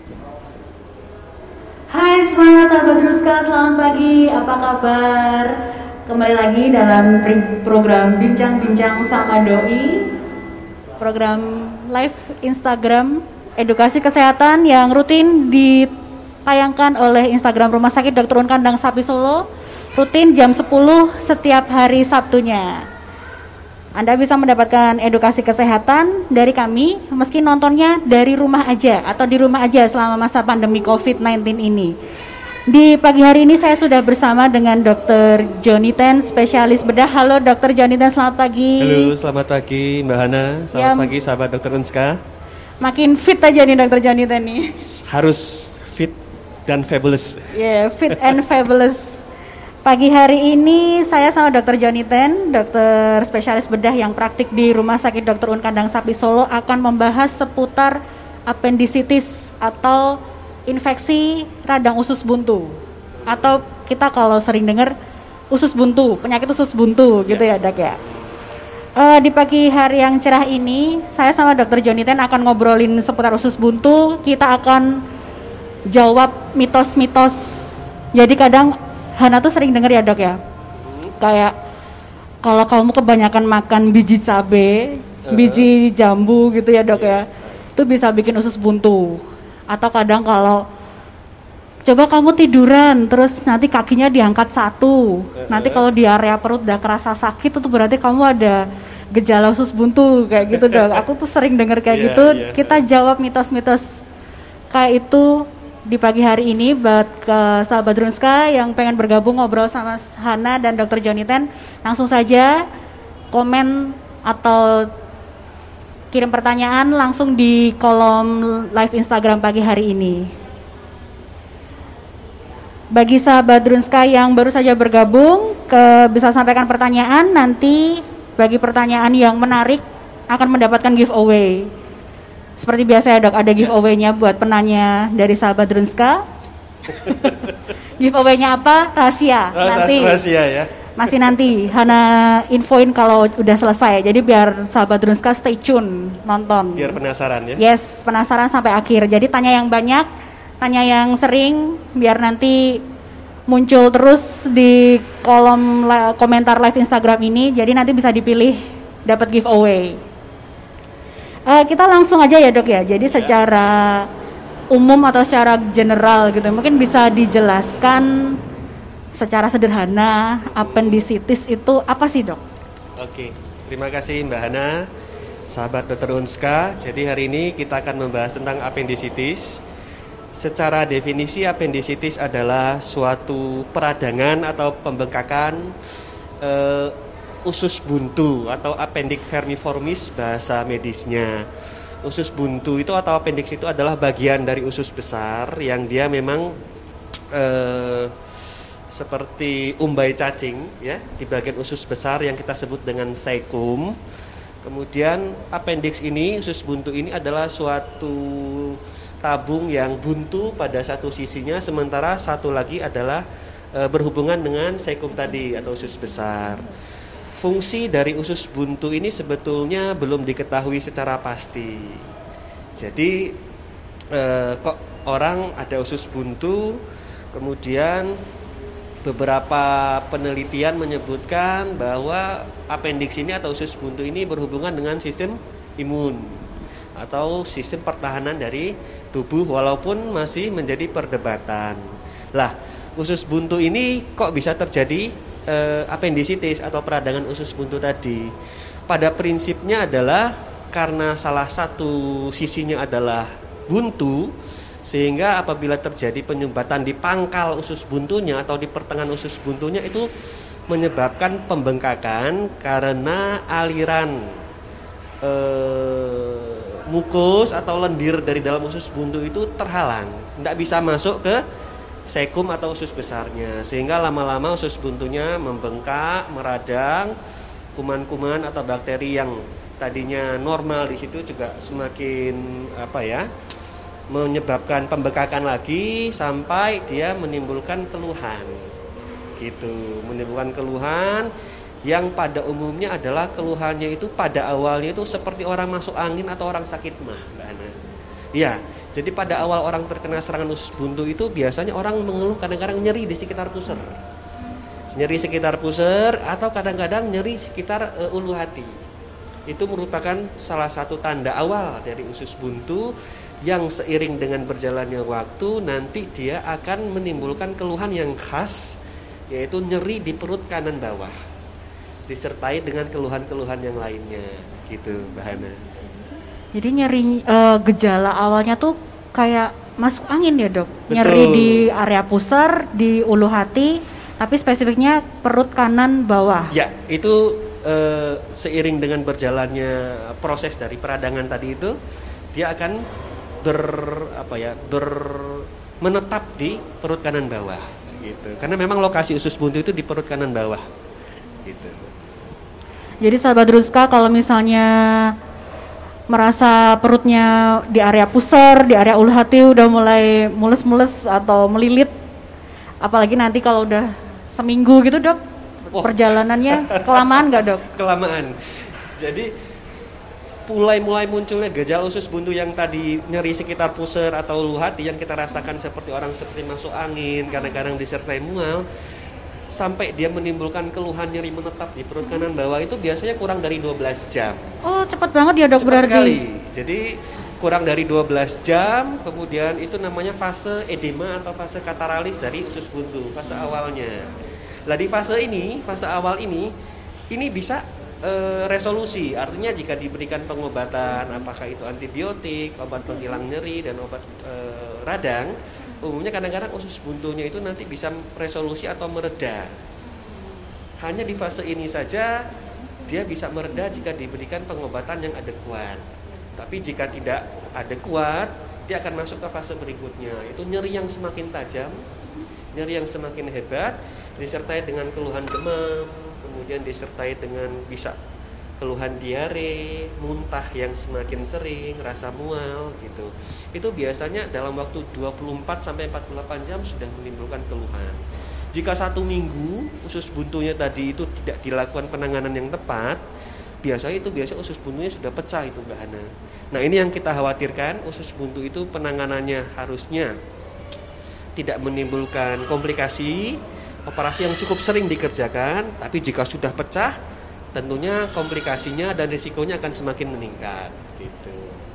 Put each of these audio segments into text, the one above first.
Hai semua sahabat Ruska, selamat pagi, apa kabar? Kembali lagi dalam program Bincang-Bincang sama Doi, program live Instagram edukasi kesehatan yang rutin ditayangkan oleh Instagram Rumah Sakit Dr. Un Kandang Sapi Solo, rutin jam 10 setiap hari Sabtunya. Anda bisa mendapatkan edukasi kesehatan dari kami meski nontonnya dari rumah aja atau di rumah aja selama masa pandemi COVID-19 ini. Di pagi hari ini saya sudah bersama dengan Dr. Johnny Ten, spesialis bedah. Halo Dr. Johnny Ten, selamat pagi. Halo, selamat pagi Mbak Hana. Selamat pagi sahabat Dr. Unska. Makin fit aja nih Dr. Johnny Ten nih. Harus fit dan fabulous. Fit and fabulous. Pagi hari ini saya sama Dr. Johnny Ten, dokter spesialis bedah yang praktik di Rumah Sakit Dr. Un Kandang Sapi Solo, akan membahas seputar appendicitis atau infeksi radang usus buntu. Atau kita kalau sering dengar usus buntu, penyakit usus buntu gitu ya Dok ya. Di pagi hari yang cerah ini, saya sama Dr. Johnny Ten akan ngobrolin seputar usus buntu. Kita akan jawab mitos-mitos. Jadi kadang Hana tuh sering denger ya Dok ya, kayak kalau kamu kebanyakan makan biji cabe, biji jambu gitu ya Dok ya, itu bisa bikin usus buntu. Atau kadang kalau coba kamu tiduran terus nanti kakinya diangkat satu, nanti kalau di area perut udah kerasa sakit itu berarti kamu ada gejala usus buntu kayak gitu Dok. Aku tuh sering denger kayak gitu. Kita jawab mitos-mitos kayak itu di pagi hari ini buat ke sahabat Drunska yang pengen bergabung ngobrol sama Hana dan Dr. Johnny Ten. Langsung saja komen atau kirim pertanyaan langsung di kolom live Instagram pagi hari ini. Bagi sahabat Drunska yang baru saja bergabung, bisa sampaikan pertanyaan. Nanti bagi pertanyaan yang menarik akan mendapatkan giveaway. Seperti biasa ya Dok, ada giveaway-nya buat penanya dari sahabat Drunska. Giveaway-nya apa? Rahasia. Nanti rahasia ya. Masih nanti Hana infoin kalau udah selesai. Jadi biar sahabat Drunska stay tune nonton. Biar penasaran ya. Yes, penasaran sampai akhir. Jadi tanya yang banyak, tanya yang sering, biar nanti muncul terus di kolom komentar live Instagram ini. Jadi nanti bisa dipilih dapat giveaway. Kita langsung aja ya Dok ya. Jadi secara umum atau secara general gitu, mungkin bisa dijelaskan secara sederhana appendicitis itu apa sih Dok? Oke, terima kasih Mbak Hana, sahabat Dr. Unska. Jadi hari ini kita akan membahas tentang appendicitis. Secara definisi appendicitis adalah suatu peradangan atau pembengkakan usus buntu atau appendix vermiformis bahasa medisnya. Usus buntu itu atau appendix itu adalah bagian dari usus besar yang dia memang seperti umbai cacing ya, di bagian usus besar yang kita sebut dengan cecum. Kemudian appendix ini, usus buntu ini adalah suatu tabung yang buntu pada satu sisinya, sementara satu lagi adalah berhubungan dengan cecum tadi atau usus besar. Fungsi dari usus buntu ini sebetulnya belum diketahui secara pasti. Jadi kok orang ada usus buntu, kemudian beberapa penelitian menyebutkan bahwa appendix ini atau usus buntu ini berhubungan dengan sistem imun atau sistem pertahanan dari tubuh, walaupun masih menjadi perdebatan. Lah, usus buntu ini kok bisa terjadi appendicitis atau peradangan usus buntu tadi? Pada prinsipnya adalah karena salah satu sisinya adalah buntu, sehingga apabila terjadi penyumbatan di pangkal usus buntunya atau di pertengahan usus buntunya, itu menyebabkan pembengkakan karena aliran mukus atau lendir dari dalam usus buntu itu terhalang, tidak bisa masuk ke cecum atau usus besarnya, sehingga lama-lama usus buntunya membengkak, meradang, kuman-kuman atau bakteri yang tadinya normal di situ juga semakin menyebabkan pembengkakan lagi sampai dia menimbulkan keluhan. Gitu, menimbulkan keluhan yang pada umumnya adalah keluhannya itu pada awalnya itu seperti orang masuk angin atau orang sakit mah, Mbak Ana. Ya, Jadi pada awal orang terkena serangan usus buntu itu biasanya orang mengeluh kadang-kadang nyeri di sekitar pusar. Nyeri sekitar pusar atau kadang-kadang nyeri sekitar ulu hati. Itu merupakan salah satu tanda awal dari usus buntu yang seiring dengan berjalannya waktu nanti dia akan menimbulkan keluhan yang khas, yaitu nyeri di perut kanan bawah disertai dengan keluhan-keluhan yang lainnya gitu Mbak Hana. Jadi nyeri gejala awalnya tuh kayak masuk angin ya dok. Betul. Nyeri di area pusar, di ulu hati, tapi spesifiknya perut kanan bawah. Ya, itu seiring dengan berjalannya proses dari peradangan tadi itu, dia akan menetap di perut kanan bawah gitu. Karena memang lokasi usus buntu itu di perut kanan bawah gitu. Jadi sahabat Drunska, kalau misalnya merasa perutnya di area pusar, di area ulu hati udah mulai mules-mules atau melilit, apalagi nanti kalau udah seminggu gitu dok, perjalanannya kelamaan nggak dok? Kelamaan. Jadi mulai munculnya gejala usus buntu yang tadi nyeri sekitar pusar atau ulu hati yang kita rasakan seperti orang seperti masuk angin, kadang-kadang disertai mual, sampai dia menimbulkan keluhan nyeri menetap di perut kanan bawah itu biasanya kurang dari 12 jam. Oh, cepat banget ya dok, cepat berarti. Sekali. Jadi kurang dari 12 jam, kemudian itu namanya fase edema atau fase kataralis dari usus buntu, fase awalnya. Lah di fase awal ini bisa resolusi, artinya jika diberikan pengobatan, apakah itu antibiotik, obat penghilang nyeri dan obat radang, umumnya kadang-kadang usus buntunya itu nanti bisa resolusi atau mereda. Hanya di fase ini saja dia bisa mereda jika diberikan pengobatan yang adekuat. Tapi jika tidak adekuat, dia akan masuk ke fase berikutnya, itu nyeri yang semakin tajam, nyeri yang semakin hebat, disertai dengan keluhan demam, kemudian disertai dengan bisa keluhan diare, muntah yang semakin sering, rasa mual gitu. Itu biasanya dalam waktu 24 sampai 48 jam sudah menimbulkan keluhan. Jika 1 minggu usus buntunya tadi itu tidak dilakukan penanganan yang tepat, biasanya usus buntunya sudah pecah itu Mbak Hana. Nah, ini yang kita khawatirkan, usus buntu itu penanganannya harusnya tidak menimbulkan komplikasi, operasi yang cukup sering dikerjakan, tapi jika sudah pecah, tentunya komplikasinya dan risikonya akan semakin meningkat. Gitu.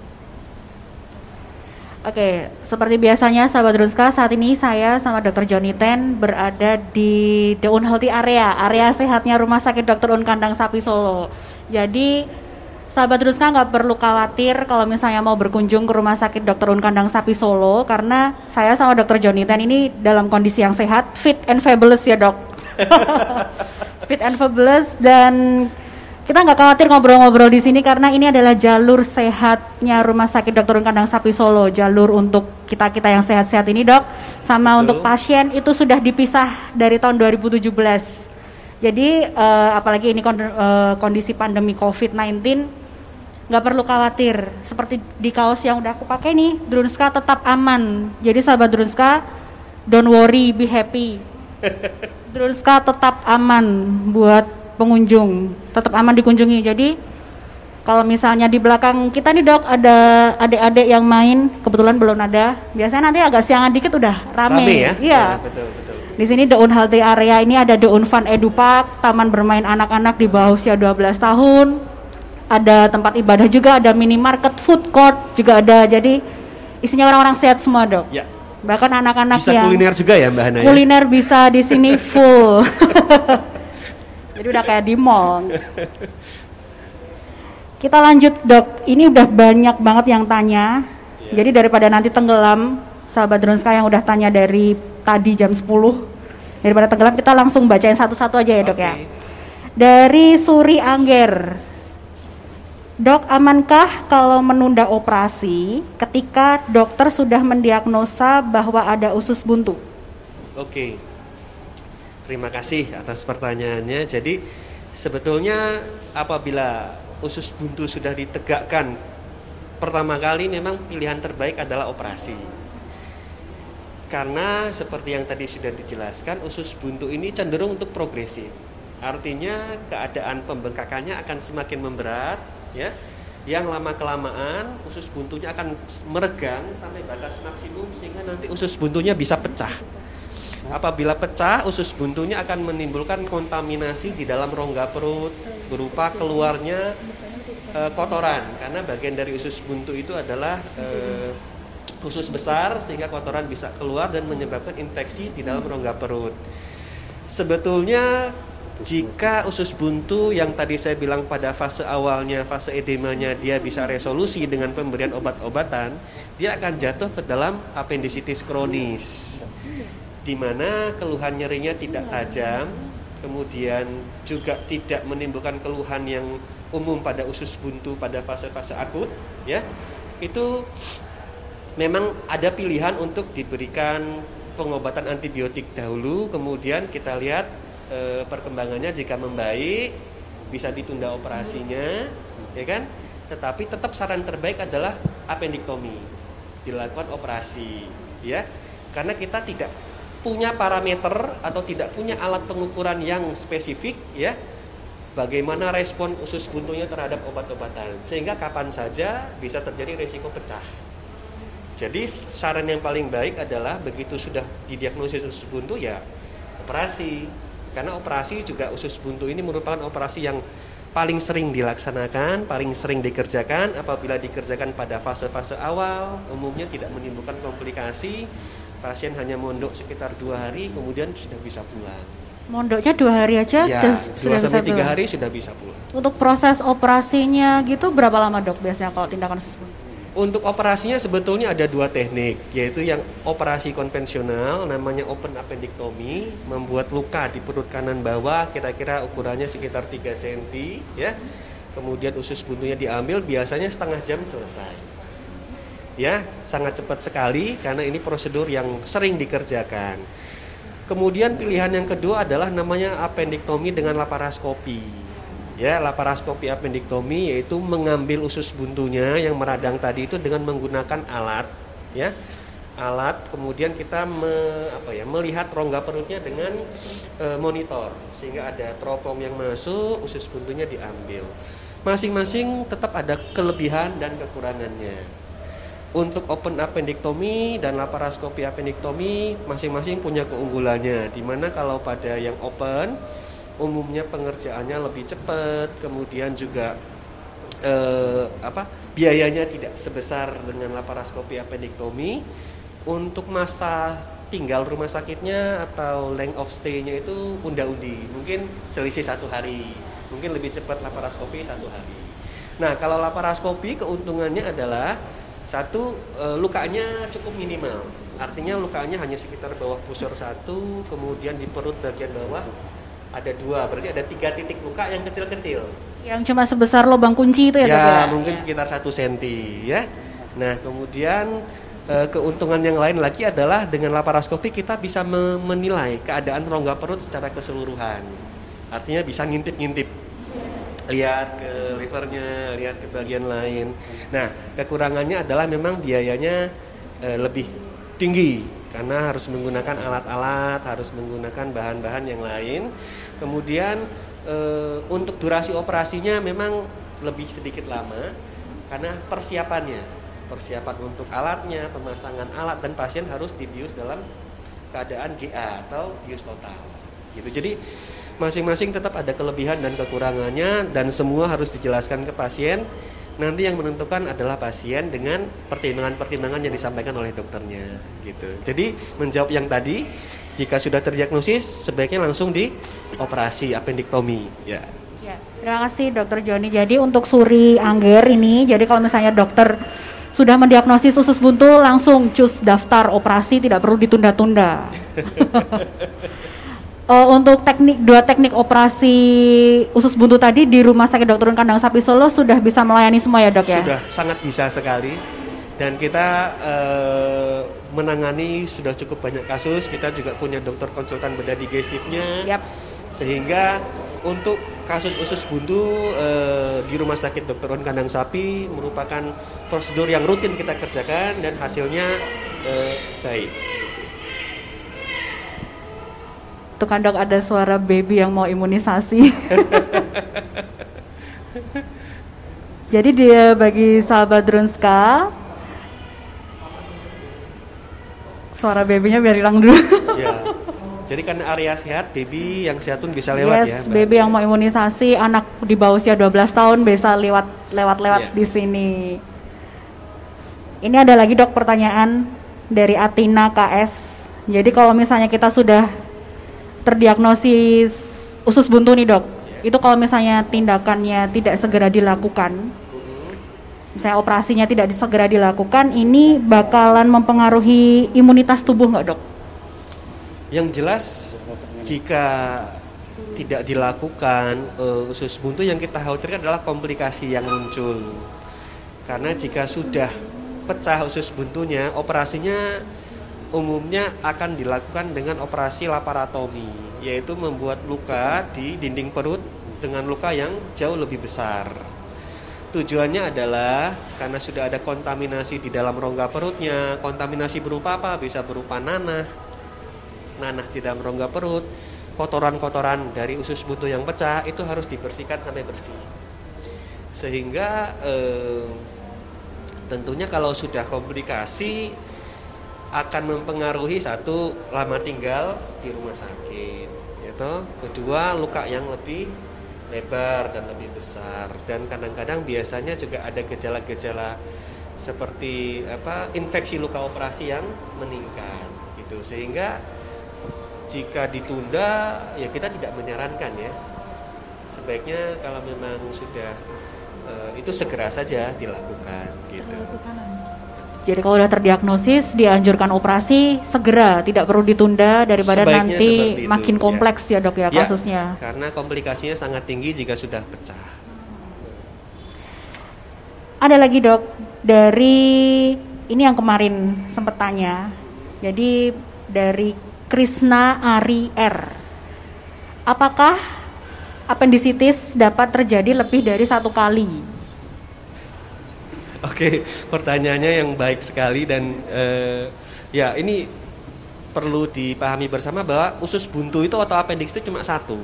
Oke, seperti biasanya sahabat Drunska, saat ini saya sama Dr. Johnny Ten berada di The Unhealthy area sehatnya Rumah Sakit Dr. Un Kandang Sapi Solo. Jadi sahabat Drunska nggak perlu khawatir kalau misalnya mau berkunjung ke Rumah Sakit Dr. Un Kandang Sapi Solo, karena saya sama Dr. Johnny Ten ini dalam kondisi yang sehat, fit and fabulous ya dok. Fit and fabulous, dan kita nggak khawatir ngobrol-ngobrol di sini karena ini adalah jalur sehatnya Rumah Sakit Dr. Un Kandang Sapi Solo. Jalur untuk kita yang sehat-sehat ini dok, sama Betul. untuk pasien itu sudah dipisah dari tahun 2017. Jadi apalagi ini kondisi pandemi COVID-19, nggak perlu khawatir. Seperti di kaos yang udah aku pakai nih, Drunska tetap aman. Jadi sahabat Drunska, don't worry, be happy. Drunska tetap aman buat pengunjung, tetap aman dikunjungi. Jadi kalau misalnya di belakang kita nih dok ada adik-adik yang main, kebetulan belum ada. Biasanya nanti agak siangan dikit udah rame ya? Iya. Betul. Di sini The Unhealthy area ini ada The Unfun Edu Park, taman bermain anak-anak di bawah usia 12 tahun. Ada tempat ibadah juga, ada minimarket, food court juga ada. Jadi isinya orang-orang sehat semua dok. Ya. Bahkan anak-anak Bisa yang kuliner juga ya Mbak Hana ya? kuliner bisa di sini full. Jadi udah kayak di mall. Kita lanjut dok, ini udah banyak banget yang tanya. Jadi daripada nanti tenggelam, sahabat Drunska yang udah tanya dari tadi jam 10, daripada tenggelam kita langsung bacain satu-satu aja ya dok ya. Dari Suri Angger, dok amankah kalau menunda operasi ketika dokter sudah mendiagnosa bahwa ada usus buntu? Oke. Terima kasih atas pertanyaannya. Jadi sebetulnya apabila usus buntu sudah ditegakkan pertama kali, memang pilihan terbaik adalah operasi. Karena seperti yang tadi sudah dijelaskan, usus buntu ini cenderung untuk progresif. Artinya keadaan pembengkakannya akan semakin memberat, ya. yang lama-kelamaan usus buntunya akan meregang sampai batas maksimum sehingga nanti usus buntunya bisa pecah. Apabila pecah, usus buntunya akan menimbulkan kontaminasi di dalam rongga perut berupa keluarnya kotoran, karena bagian dari usus buntu itu adalah usus besar sehingga kotoran bisa keluar dan menyebabkan infeksi di dalam rongga perut. Sebetulnya jika usus buntu yang tadi saya bilang pada fase awalnya, fase edemanya dia bisa resolusi dengan pemberian obat-obatan, dia akan jatuh ke dalam apendisitis kronis, di mana keluhan nyerinya tidak tajam, kemudian juga tidak menimbulkan keluhan yang umum pada usus buntu pada fase-fase akut, ya. Itu memang ada pilihan untuk diberikan pengobatan antibiotik dahulu, kemudian kita lihat perkembangannya. Jika membaik bisa ditunda operasinya, ya kan? Tetapi tetap saran terbaik adalah apendiktomi, dilakukan operasi, ya. Karena kita tidak punya parameter atau tidak punya alat pengukuran yang spesifik, ya, bagaimana respon usus buntunya terhadap obat-obatan, sehingga kapan saja bisa terjadi resiko pecah. Jadi saran yang paling baik adalah begitu sudah didiagnosis usus buntu, ya operasi. Karena operasi juga usus buntu ini merupakan operasi yang paling sering dilaksanakan, paling sering dikerjakan. Apabila dikerjakan pada fase-fase awal, umumnya tidak menimbulkan komplikasi. Pasien hanya mondok sekitar 2 hari, kemudian sudah bisa pulang. Mondoknya 2 hari aja? Ya, 2-3 hari sudah bisa pulang. Untuk proses operasinya gitu berapa lama dok biasanya kalau tindakan usus buntu? Untuk operasinya sebetulnya ada 2 teknik, yaitu yang operasi konvensional namanya open appendectomy, membuat luka di perut kanan bawah kira-kira ukurannya sekitar 3 cm, ya. Kemudian usus buntunya diambil, biasanya setengah jam selesai. Ya, sangat cepat sekali karena ini prosedur yang sering dikerjakan. Kemudian pilihan yang kedua adalah namanya appendectomy dengan laparoskopi. Ya, laparoskopi appendectomy yaitu mengambil usus buntunya yang meradang tadi itu dengan menggunakan alat, ya. Alat, kemudian kita melihat rongga perutnya dengan monitor sehingga ada teropong yang masuk, usus buntunya diambil. Masing-masing tetap ada kelebihan dan kekurangannya. Untuk open appendectomy dan laparoskopi appendectomy masing-masing punya keunggulannya, di mana kalau pada yang open umumnya pengerjaannya lebih cepat, kemudian juga biayanya tidak sebesar dengan laparoskopi appendectomy. Untuk masa tinggal rumah sakitnya atau length of stay-nya itu unda-undi, mungkin selisih 1 hari, mungkin lebih cepat laparoskopi 1 hari. Nah, kalau laparoskopi keuntungannya adalah satu, lukanya cukup minimal, artinya lukanya hanya sekitar bawah pusar 1, kemudian di perut bagian bawah ada 2, berarti ada 3 titik luka yang kecil-kecil. Yang cuma sebesar lubang kunci itu ya? Ya, mungkin sekitar 1 cm, ya. Nah, kemudian keuntungan yang lain lagi adalah dengan laparoskopi kita bisa menilai keadaan rongga perut secara keseluruhan. Artinya bisa ngintip-ngintip, lihat ke livernya, lihat ke bagian lain. Nah, kekurangannya adalah memang biayanya lebih tinggi, karena harus menggunakan alat-alat, harus menggunakan bahan-bahan yang lain. Kemudian untuk durasi operasinya memang lebih sedikit lama karena persiapan untuk alatnya, pemasangan alat, dan pasien harus dibius dalam keadaan GA atau bius total. Gitu. Jadi masing-masing tetap ada kelebihan dan kekurangannya dan semua harus dijelaskan ke pasien. Nanti yang menentukan adalah pasien dengan pertimbangan-pertimbangan yang disampaikan oleh dokternya, gitu. Jadi menjawab yang tadi, jika sudah terdiagnosis sebaiknya langsung dioperasi appendectomy, ya. Ya, terima kasih Dokter Joni. Jadi untuk Suri Angger ini, jadi kalau misalnya dokter sudah mendiagnosis usus buntu langsung cus daftar operasi, tidak perlu ditunda-tunda. Untuk 2 teknik operasi usus buntu tadi di Rumah Sakit Dr. Un Kandang Sapi Solo sudah bisa melayani semua ya dok ya? Sudah, sangat bisa sekali. Dan kita menangani sudah cukup banyak kasus. Kita juga punya dokter konsultan bedah digestifnya. Yap. Sehingga untuk kasus usus buntu di Rumah Sakit Dr. Un Kandang Sapi merupakan prosedur yang rutin kita kerjakan dan hasilnya baik. Tuh kan dok, ada suara baby yang mau imunisasi. Jadi dia bagi sahabat Drunska, suara babynya biar hilang dulu. Ya. Jadi karena area sehat, baby yang sehat pun bisa lewat ya. Yes, baby yang mau imunisasi, anak di bawah usia 12 tahun bisa lewat di sini. Ini ada lagi dok pertanyaan dari Atina KS. Jadi kalau misalnya kita sudah terdiagnosis usus buntu nih dok, itu kalau misalnya tindakannya tidak segera dilakukan, misalnya operasinya tidak segera dilakukan, ini bakalan mempengaruhi imunitas tubuh nggak dok? Yang jelas jika tidak dilakukan usus buntu, yang kita khawatirkan adalah komplikasi yang muncul. Karena jika sudah pecah usus buntunya, operasinya umumnya akan dilakukan dengan operasi laparotomi, yaitu membuat luka di dinding perut dengan luka yang jauh lebih besar. Tujuannya adalah karena sudah ada kontaminasi di dalam rongga perutnya. Kontaminasi berupa apa? Bisa berupa nanah di dalam rongga perut. Kotoran-kotoran dari usus buntu yang pecah itu harus dibersihkan sampai bersih. Sehingga tentunya kalau sudah komplikasi akan mempengaruhi satu, lama tinggal di rumah sakit, yaitu kedua, luka yang lebih lebar dan lebih besar, dan kadang-kadang biasanya juga ada gejala-gejala seperti infeksi luka operasi yang meningkat gitu. Sehingga jika ditunda ya kita tidak menyarankan ya, sebaiknya kalau memang sudah itu segera saja dilakukan gitu. Jadi kalau sudah terdiagnosis dianjurkan operasi segera, tidak perlu ditunda daripada sebaiknya nanti itu, makin kompleks ya dok ya kasusnya. Karena komplikasinya sangat tinggi jika sudah pecah. Ada lagi dok dari ini yang kemarin sempat tanya. Jadi dari Krisna Ari R. Apakah apendisitis dapat terjadi lebih dari satu kali? Oke, pertanyaannya yang baik sekali dan ya ini perlu dipahami bersama bahwa usus buntu itu atau appendix itu cuma satu.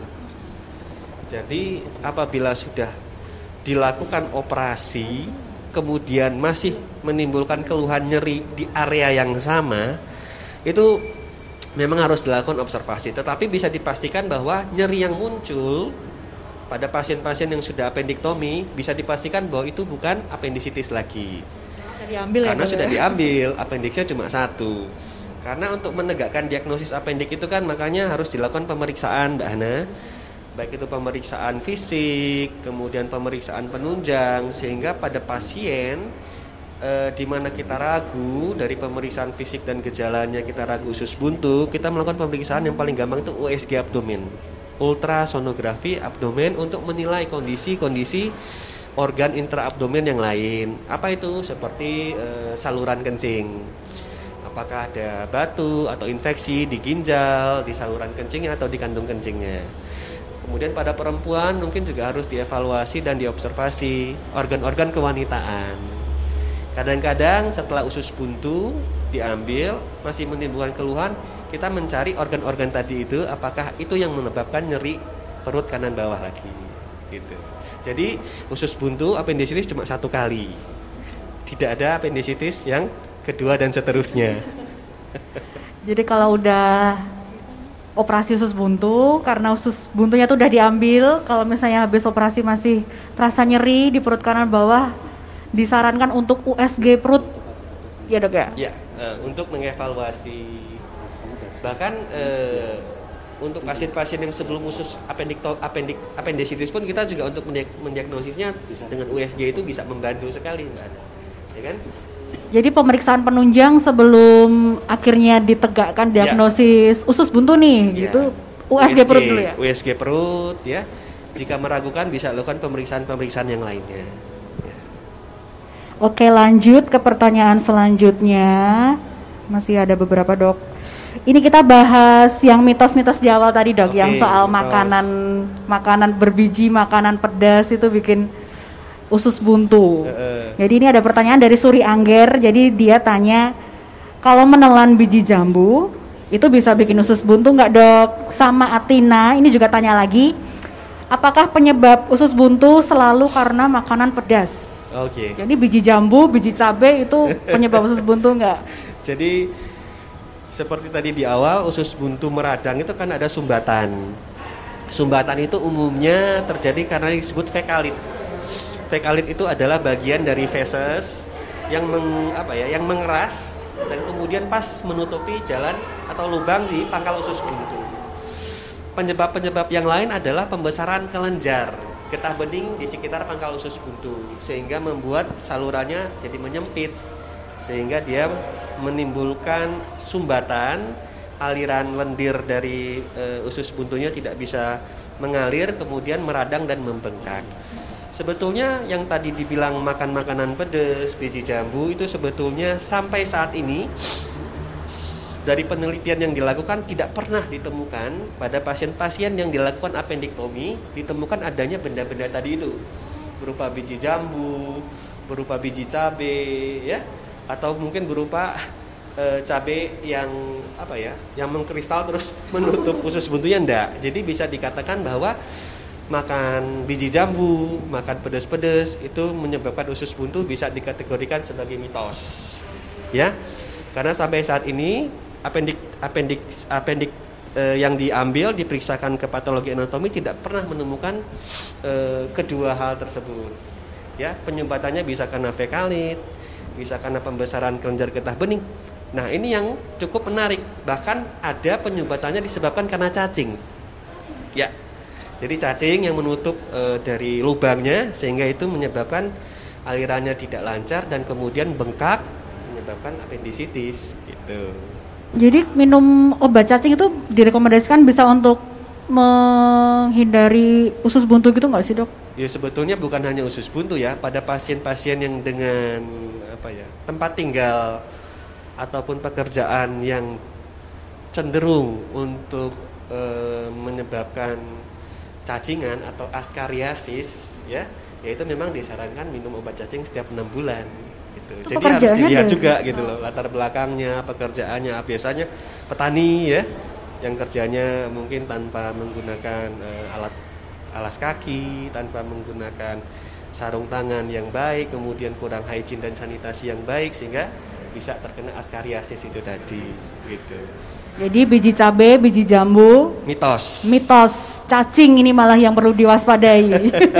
Jadi apabila sudah dilakukan operasi kemudian masih menimbulkan keluhan nyeri di area yang sama, itu memang harus dilakukan observasi. Tetapi bisa dipastikan bahwa nyeri yang muncul pada pasien-pasien yang sudah appendektomi bisa dipastikan bahwa itu bukan apendisitis lagi. Karena sudah diambil, appendixnya cuma satu. Karena untuk menegakkan diagnosis appendix itu kan makanya harus dilakukan pemeriksaan Mbak Hana. Baik itu pemeriksaan fisik, kemudian pemeriksaan penunjang, sehingga pada pasien di mana kita ragu dari pemeriksaan fisik dan gejalanya kita ragu usus buntu, kita melakukan pemeriksaan yang paling gampang itu USG abdomen. Ultrasonografi abdomen untuk menilai kondisi-kondisi organ intraabdomen yang lain. Apa itu? Seperti saluran kencing. Apakah ada batu atau infeksi di ginjal, di saluran kencingnya atau di kandung kencingnya. Kemudian pada perempuan mungkin juga harus dievaluasi dan diobservasi organ-organ kewanitaan. Kadang-kadang setelah usus buntu diambil masih menimbulkan keluhan, kita mencari organ-organ tadi itu apakah itu yang menyebabkan nyeri perut kanan bawah lagi gitu. Jadi usus buntu apendisitis cuma satu kali, tidak ada apendisitis yang kedua dan seterusnya. Jadi kalau udah operasi usus buntu, karena usus buntunya tuh udah diambil, kalau misalnya habis operasi masih terasa nyeri di perut kanan bawah, disarankan untuk USG perut ya dok ya? Ya, untuk mengevaluasi. Bahkan untuk pasien-pasien yang sebelum usus apendisitis pun kita juga untuk mendiagnosisnya dengan USG itu bisa membantu sekali Mbak Ana. Ya kan? Jadi pemeriksaan penunjang sebelum akhirnya ditegakkan diagnosis usus buntu nih gitu. USG perut dulu ya? USG perut ya. Jika meragukan bisa lakukan pemeriksaan yang lainnya. Ya. Oke, lanjut ke pertanyaan selanjutnya. Masih ada beberapa dok. Ini kita bahas yang mitos-mitos di awal tadi dok, yang soal makanan berbiji, makanan pedas itu bikin usus buntu. Jadi ini ada pertanyaan dari Suri Angger. Jadi dia tanya, kalau menelan biji jambu itu bisa bikin usus buntu nggak dok? Sama Atina ini juga tanya lagi, apakah penyebab usus buntu selalu karena makanan pedas? Oke. Jadi biji jambu, biji cabai itu penyebab usus buntu enggak? Jadi seperti tadi di awal, usus buntu meradang itu kan ada sumbatan. Sumbatan itu umumnya terjadi karena disebut fekalit. Fekalit itu adalah bagian dari feses yang yang mengeras dan kemudian pas menutupi jalan atau lubang di pangkal usus buntu. Penyebab-penyebab yang lain adalah pembesaran kelenjar getah bening di sekitar pangkal usus buntu sehingga membuat salurannya jadi menyempit sehingga dia menimbulkan sumbatan, aliran lendir dari usus buntunya tidak bisa mengalir, kemudian meradang dan membengkak. Sebetulnya yang tadi dibilang makan makanan pedas, biji jambu itu sebetulnya sampai saat ini dari penelitian yang dilakukan tidak pernah ditemukan pada pasien-pasien yang dilakukan appendektomi ditemukan adanya benda-benda tadi itu berupa biji jambu, berupa biji cabai, ya, atau mungkin berupa cabai yang yang mengkristal terus menutup usus buntunya enggak. Jadi bisa dikatakan bahwa makan biji jambu, makan pedas-pedas itu menyebabkan usus buntu bisa dikategorikan sebagai mitos, ya. Karena sampai saat ini apendik yang diambil diperiksakan ke patologi anatomi tidak pernah menemukan kedua hal tersebut. Ya, penyumbatannya bisa karena fekalit, bisa karena pembesaran kelenjar getah bening. Nah, ini yang cukup menarik. Bahkan ada penyumbatannya disebabkan karena cacing. Ya. Jadi cacing yang menutup dari lubangnya sehingga itu menyebabkan alirannya tidak lancar dan kemudian bengkak menyebabkan apendisitis gitu. Jadi minum obat cacing itu direkomendasikan bisa untuk menghindari usus buntu gitu nggak sih, Dok? Ya sebetulnya bukan hanya usus buntu ya, pada pasien-pasien yang dengan tempat tinggal ataupun pekerjaan yang cenderung untuk menyebabkan cacingan atau askariasis, ya, yaitu memang disarankan minum obat cacing setiap 6 bulan. Gitu. Jadi harus dilihat juga gitu loh latar belakangnya, pekerjaannya. Biasanya petani ya yang kerjanya mungkin tanpa menggunakan alas kaki, tanpa menggunakan sarung tangan yang baik, kemudian kurang hygiene dan sanitasi yang baik sehingga bisa terkena askariasis itu tadi gitu. Jadi biji cabai, biji jambu mitos. Cacing ini malah yang perlu diwaspadai.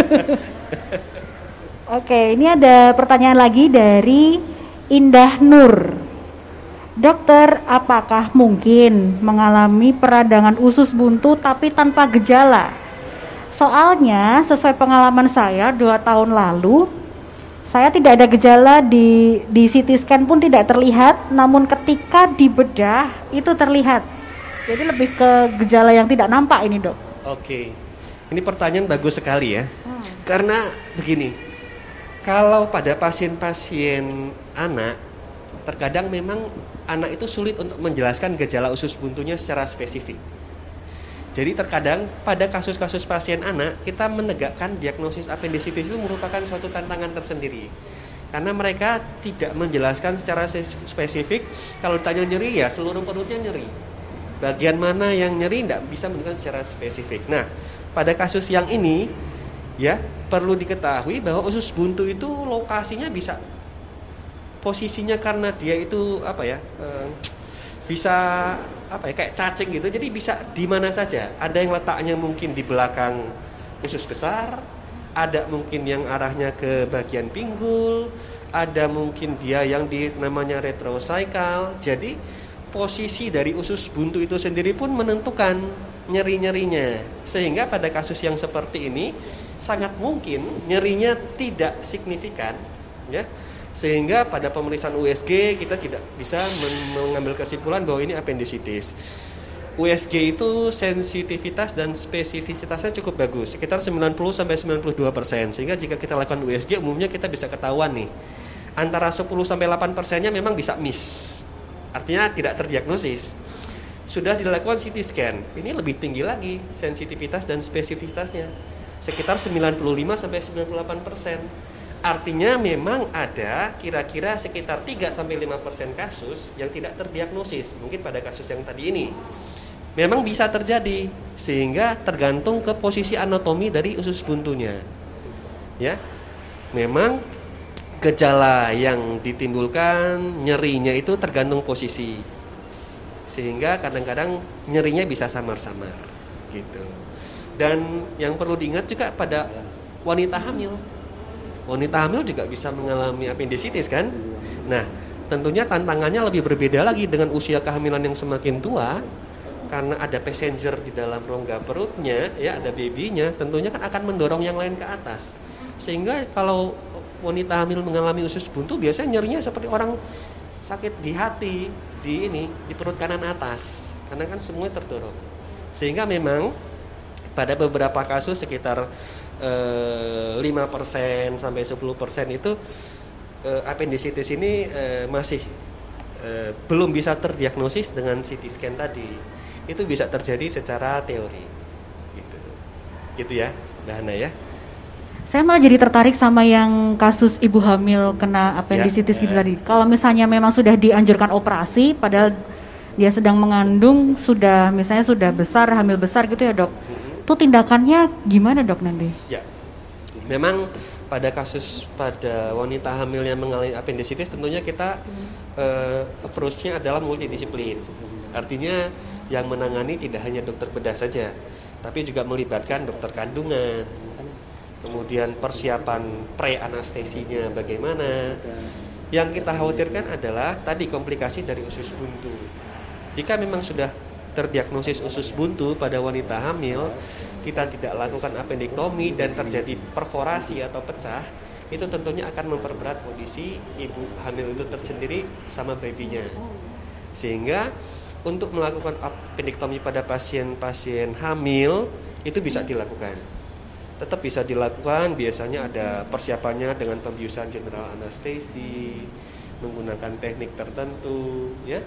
Oke, ini ada pertanyaan lagi dari Indah Nur. Dokter, apakah mungkin mengalami peradangan usus buntu tapi tanpa gejala? Soalnya sesuai pengalaman saya 2 tahun lalu, saya tidak ada gejala di CT scan pun tidak terlihat, namun ketika dibedah itu terlihat. Jadi lebih ke gejala yang tidak nampak ini, Dok. Oke, ini pertanyaan bagus sekali ya. Karena begini. Kalau pada pasien-pasien anak, terkadang memang anak itu sulit untuk menjelaskan gejala usus buntunya secara spesifik. Jadi terkadang pada kasus-kasus pasien anak, kita menegakkan diagnosis apendisitis itu merupakan suatu tantangan tersendiri. Karena mereka tidak menjelaskan secara spesifik, kalau ditanya nyeri ya seluruh perutnya nyeri. Bagian mana yang nyeri tidak bisa menunjukkan secara spesifik. Nah, pada kasus yang ini, ya perlu diketahui bahwa usus buntu itu lokasinya bisa posisinya karena dia itu bisa kayak cacing gitu, jadi bisa di mana saja. Ada yang letaknya mungkin di belakang usus besar, ada mungkin yang arahnya ke bagian pinggul, ada mungkin dia yang namanya retrocycle. Jadi posisi dari usus buntu itu sendiri pun menentukan nyeri-nyerinya, sehingga pada kasus yang seperti ini sangat mungkin nyerinya tidak signifikan, ya, sehingga pada pemeriksaan USG kita tidak bisa mengambil kesimpulan bahwa ini apendisitis. USG itu sensitivitas dan spesifisitasnya cukup bagus, sekitar 90-92%, sehingga jika kita lakukan USG umumnya kita bisa ketahuan nih, antara 10-8%-nya memang bisa miss, artinya tidak terdiagnosis. Sudah dilakukan CT scan, ini lebih tinggi lagi sensitivitas dan spesifitasnya, sekitar 95-98%. Artinya memang ada kira-kira sekitar 3-5% kasus yang tidak terdiagnosis. Mungkin pada kasus yang tadi ini memang bisa terjadi, sehingga tergantung ke posisi anatomi dari usus buntunya. Ya, memang gejala yang ditimbulkan nyerinya itu tergantung posisi, sehingga kadang-kadang nyerinya bisa samar-samar gitu. Dan yang perlu diingat juga pada wanita hamil juga bisa mengalami apendisitis kan. Nah, tentunya tantangannya lebih berbeda lagi dengan usia kehamilan yang semakin tua, karena ada passenger di dalam rongga perutnya, ya ada babynya, tentunya kan akan mendorong yang lain ke atas. Sehingga kalau wanita hamil mengalami usus buntu, biasanya nyerinya seperti orang sakit di hati, di perut kanan atas, karena kan semuanya terdorong. Sehingga memang pada beberapa kasus sekitar 5% sampai 10% itu apendisitis ini masih belum bisa terdiagnosis dengan CT scan tadi. Itu bisa terjadi secara teori. Gitu ya, Mbak Hana ya. Saya malah jadi tertarik sama yang kasus ibu hamil kena apendisitis gitu tadi. Kalau misalnya memang sudah dianjurkan operasi, padahal dia sedang mengandung, misalnya sudah besar, hamil besar gitu ya dok. Itu tindakannya gimana dok nanti? Ya, memang pada wanita hamil yang mengalami apendisitis tentunya kita approach-nya adalah multidisiplin. Artinya yang menangani tidak hanya dokter bedah saja, tapi juga melibatkan dokter kandungan. Kemudian persiapan pre-anestesinya bagaimana. Yang kita khawatirkan adalah tadi komplikasi dari usus buntu. Jika memang sudah terdiagnosis usus buntu pada wanita hamil, kita tidak lakukan appendektomi dan terjadi perforasi atau pecah, itu tentunya akan memperberat kondisi ibu hamil itu tersendiri sama babynya. Sehingga untuk melakukan appendektomi pada pasien-pasien hamil itu bisa dilakukan. Tetap bisa dilakukan, biasanya ada persiapannya dengan pembiusan general anestesi, menggunakan teknik tertentu, ya.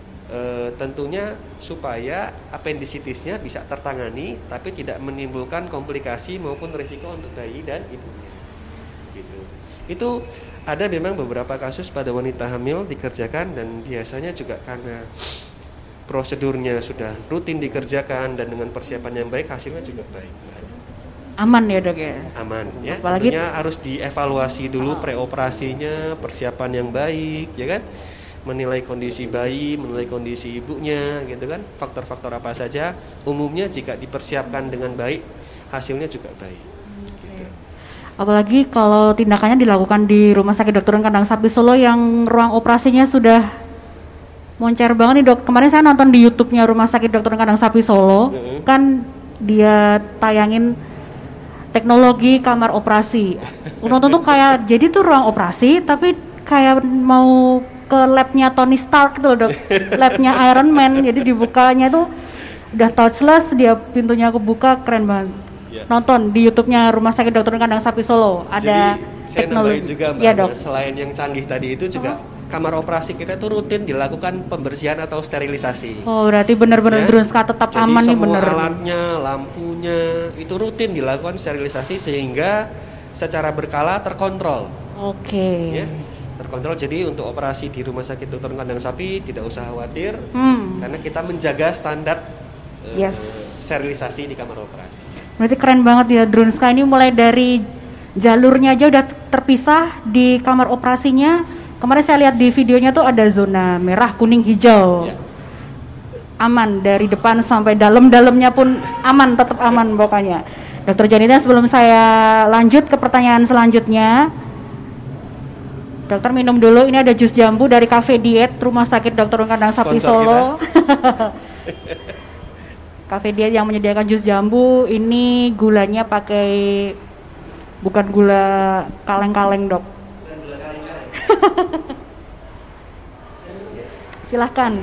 Tentunya supaya apendisitisnya bisa tertangani, tapi tidak menimbulkan komplikasi maupun risiko untuk bayi dan ibunya. Gitu. Itu ada memang beberapa kasus pada wanita hamil dikerjakan, dan biasanya juga karena prosedurnya sudah rutin dikerjakan dan dengan persiapan yang baik, hasilnya juga baik. Aman ya dok ya? Aman ya. Apalagi tentunya harus dievaluasi dulu preoperasinya, persiapan yang baik, ya kan? Menilai kondisi bayi, menilai kondisi ibunya, gitu kan? Faktor-faktor apa saja. Umumnya jika dipersiapkan dengan baik, hasilnya juga baik. Gitu. Apalagi kalau tindakannya dilakukan di Rumah Sakit Dr. Kandang Sapi Solo yang ruang operasinya sudah moncer banget nih dok. Kemarin saya nonton di YouTube-nya Rumah Sakit Dr. Kandang Sapi Solo, kan dia tayangin teknologi kamar operasi. Nonton tuh kayak jadi tuh ruang operasi, tapi kayak mau ke labnya Tony Stark gitu loh dok, labnya Iron Man. Jadi dibukanya tuh udah touchless, dia pintunya kebuka, keren banget. Nonton di YouTube-nya Rumah Sakit Dr. Kandang Sapi Solo ada jadi, teknologi. Saya juga Mbak, ya, dok. Selain yang canggih tadi itu juga kamar operasi kita itu rutin dilakukan pembersihan atau sterilisasi. Oh, berarti benar-benar Drunska tetap jadi aman nih semua bener. Alatnya, lampunya itu rutin dilakukan sterilisasi sehingga secara berkala terkontrol. Oke. Ya, terkontrol. Jadi untuk operasi di Rumah Sakit Dr. Kandang Sapi tidak usah khawatir, karena kita menjaga standar sterilisasi di kamar operasi. Berarti keren banget ya Drunska ini, mulai dari jalurnya aja udah terpisah di kamar operasinya. Kemarin saya lihat di videonya tuh ada zona merah, kuning, hijau. Ya. Aman dari depan sampai dalam-dalamnya pun aman, tetap aman pokoknya. Dokter Jonita, sebelum saya lanjut ke pertanyaan selanjutnya, dokter minum dulu. Ini ada jus jambu dari Cafe Diet Rumah Sakit Dr. Kandang Sapi Solo. Cafe Diet yang menyediakan jus jambu. Ini gulanya pakai bukan gula kaleng-kaleng dok. Silahkan.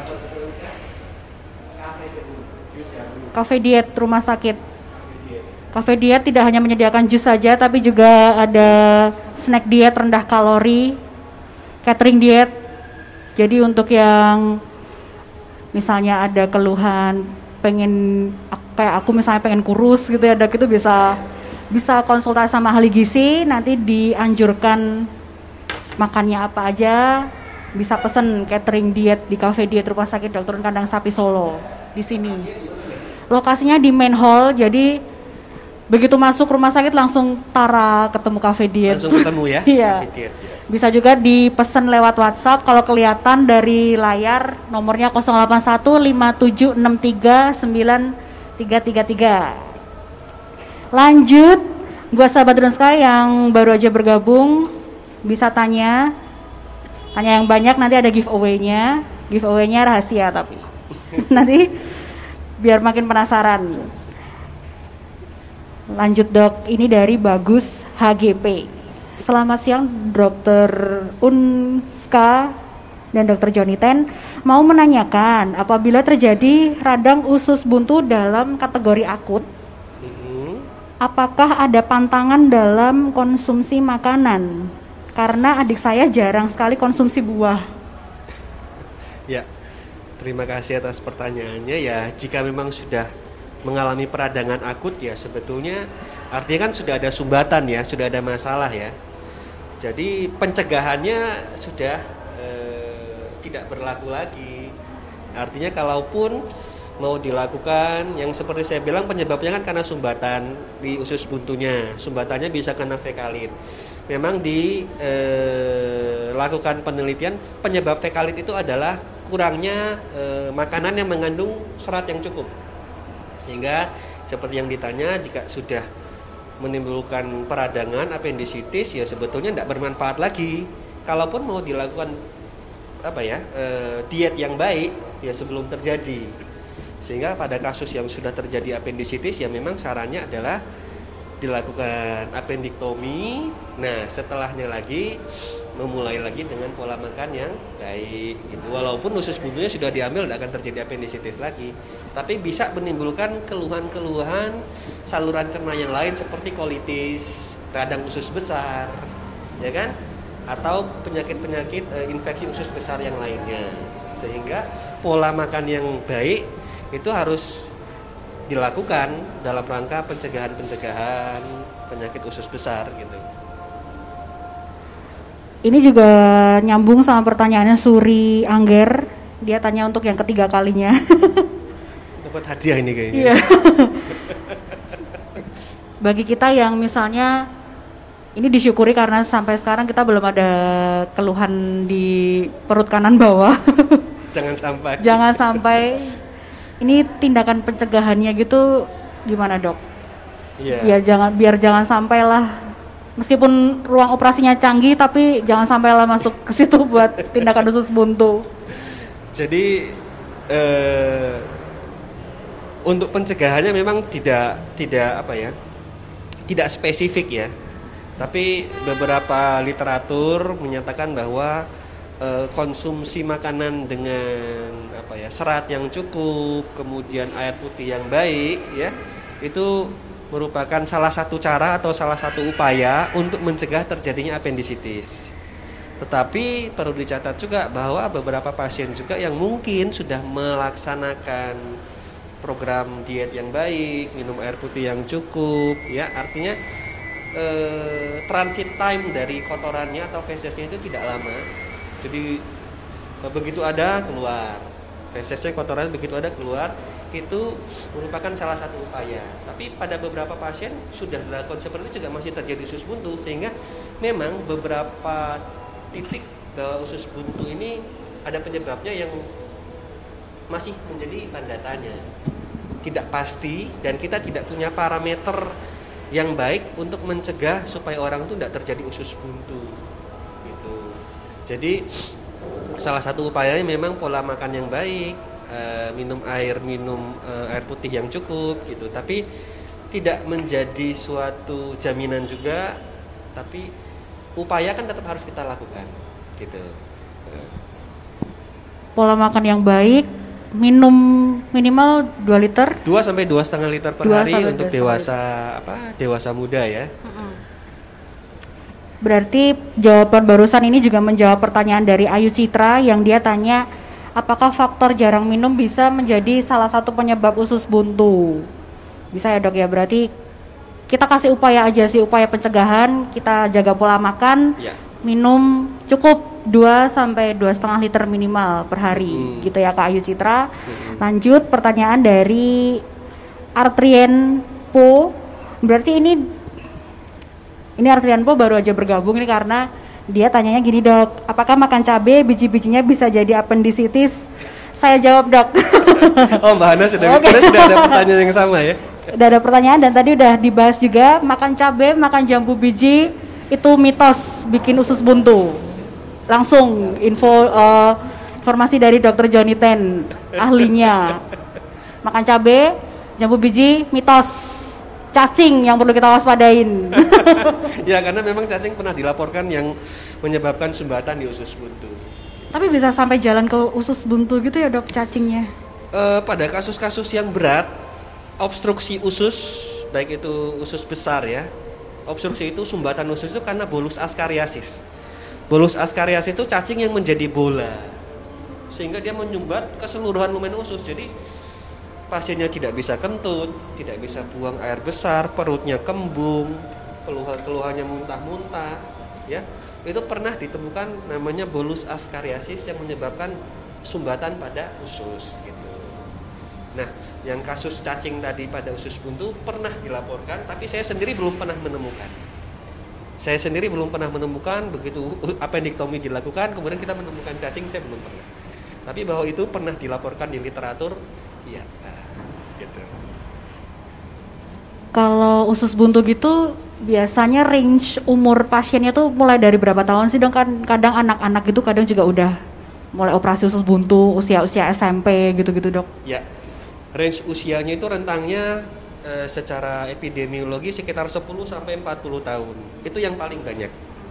Cafe Diet Rumah Sakit. Cafe Diet tidak hanya menyediakan jus saja, tapi juga ada snack diet rendah kalori, catering diet. Jadi untuk yang misalnya ada keluhan pengen kayak aku misalnya pengen kurus gitu ya dok, itu bisa konsultasi sama ahli gizi, nanti dianjurkan makannya apa aja. Bisa pesen catering diet di Cafe Diet Rumah Sakit Dr. Kandang Sapi Solo di sini. Lokasinya di main hall, jadi begitu masuk rumah sakit langsung tara ketemu cafe diet. Langsung ketemu ya. Iya. Cafe diet, ya. Bisa juga dipesan lewat WhatsApp kalau kelihatan dari layar nomornya 0815763933. Lanjut, buat sahabat Drunska yang baru aja bergabung bisa tanya yang banyak, nanti ada giveaway-nya. Giveaway-nya rahasia tapi nanti biar makin penasaran. Lanjut dok, ini dari Bagus HGP. Selamat siang Dokter Unska dan Dokter Joniten. Mau menanyakan, apabila terjadi radang usus buntu dalam kategori akut, apakah ada pantangan dalam konsumsi makanan? Karena adik saya jarang sekali konsumsi buah. Ya, terima kasih atas pertanyaannya. Ya, jika memang sudah mengalami peradangan akut ya sebetulnya artinya kan sudah ada sumbatan ya, sudah ada masalah ya. Jadi pencegahannya sudah tidak berlaku lagi. Artinya kalaupun mau dilakukan yang seperti saya bilang penyebabnya kan karena sumbatan di usus buntunya. Sumbatannya bisa karena fekalit. Memang dilakukan penelitian penyebab fekalit itu adalah kurangnya makanan yang mengandung serat yang cukup. Sehingga seperti yang ditanya, jika sudah menimbulkan peradangan apendisitis ya sebetulnya tidak bermanfaat lagi. Kalaupun mau dilakukan diet yang baik ya sebelum terjadi. Sehingga pada kasus yang sudah terjadi apendisitis ya memang sarannya adalah dilakukan apendiktomi. Nah setelahnya lagi memulai lagi dengan pola makan yang baik gitu. Walaupun usus buntunya sudah diambil tidak akan terjadi apendisitis lagi, tapi bisa menimbulkan keluhan-keluhan saluran cerna yang lain seperti kolitis, radang usus besar, ya kan? Atau penyakit-penyakit infeksi usus besar yang lainnya. Sehingga pola makan yang baik itu harus dilakukan dalam rangka pencegahan penyakit usus besar gitu. Ini juga nyambung sama pertanyaannya Suri Angger. Dia tanya untuk yang ketiga kalinya. Dapat hadiah ini kayaknya. Iya. Bagi kita yang misalnya ini disyukuri karena sampai sekarang kita belum ada keluhan di perut kanan bawah. Jangan sampai. Ini tindakan pencegahannya gitu gimana dok? Iya. Biar jangan sampailah. Meskipun ruang operasinya canggih, tapi jangan sampailah masuk ke situ buat tindakan usus buntu. Jadi untuk pencegahannya memang tidak spesifik ya. Tapi beberapa literatur menyatakan bahwa konsumsi makanan dengan serat yang cukup, kemudian air putih yang baik ya, itu merupakan salah satu cara atau salah satu upaya untuk mencegah terjadinya apendisitis. Tetapi perlu dicatat juga bahwa beberapa pasien juga yang mungkin sudah melaksanakan program diet yang baik, minum air putih yang cukup, ya artinya transit time dari kotorannya atau fesesnya itu tidak lama. Jadi begitu ada keluar, fesesnya kotoran begitu ada keluar. Itu merupakan salah satu upaya. Tapi pada beberapa pasien sudah dilakukan seperti itu juga masih terjadi usus buntu, sehingga memang beberapa titik usus buntu ini ada penyebabnya yang masih menjadi tanda tanya, tidak pasti, dan kita tidak punya parameter yang baik untuk mencegah supaya orang itu tidak terjadi usus buntu gitu. Jadi salah satu upayanya memang pola makan yang baik, minum air putih yang cukup gitu, tapi tidak menjadi suatu jaminan juga, tapi upaya kan tetap harus kita lakukan gitu. Pola makan yang baik, minum minimal 2 liter 2 sampai 2,5 liter per hari untuk dewasa muda ya. Berarti jawaban barusan ini juga menjawab pertanyaan dari Ayu Citra yang dia tanya, apakah faktor jarang minum bisa menjadi salah satu penyebab usus buntu? Bisa ya dok ya, berarti kita kasih upaya aja sih, upaya pencegahan, kita jaga pola makan, ya. Minum cukup 2 sampai 2,5 liter minimal per hari, gitu ya Kak Ayu Citra. Lanjut pertanyaan dari Artrien Po Berarti ini Artrian Po baru aja bergabung ini karena dia tanyanya gini dok, apakah makan cabai biji-bijinya bisa jadi appendicitis? Saya jawab dok. Oh Mbak Hana sudah ada pertanyaan yang sama ya? Udah ada pertanyaan dan tadi udah dibahas juga, makan cabai, makan jambu biji itu mitos bikin usus buntu. Langsung informasi dari Dr. Johnny Ten, ahlinya. Makan cabai, jambu biji mitos. Cacing yang perlu kita waspadain. Ya karena memang cacing pernah dilaporkan yang menyebabkan sumbatan di usus buntu. Tapi bisa sampai jalan ke usus buntu gitu ya dok cacingnya? Pada kasus-kasus yang berat, obstruksi usus, baik itu usus besar ya. Obstruksi itu sumbatan usus itu karena bolus askariasis. Bolus askariasis itu cacing yang menjadi bola, sehingga dia menyumbat keseluruhan lumen usus. Jadi pasiennya tidak bisa kentut, tidak bisa buang air besar, perutnya kembung, keluhannya muntah-muntah, ya. Itu pernah ditemukan namanya bolus askariasis yang menyebabkan sumbatan pada usus gitu. Nah, yang kasus cacing tadi pada usus buntu pernah dilaporkan, tapi saya sendiri belum pernah menemukan. Begitu appendektomi dilakukan, kemudian kita menemukan cacing, saya belum pernah. Tapi bahwa itu pernah dilaporkan di literatur, iya. Gitu. Kalau usus buntu gitu biasanya range umur pasiennya tuh mulai dari berapa tahun sih dong? Kan kadang anak-anak itu kadang juga udah mulai operasi usus buntu usia-usia SMP gitu-gitu dok. Ya, range usianya itu rentangnya secara epidemiologi sekitar 10 sampai 40 tahun. Itu yang paling banyak.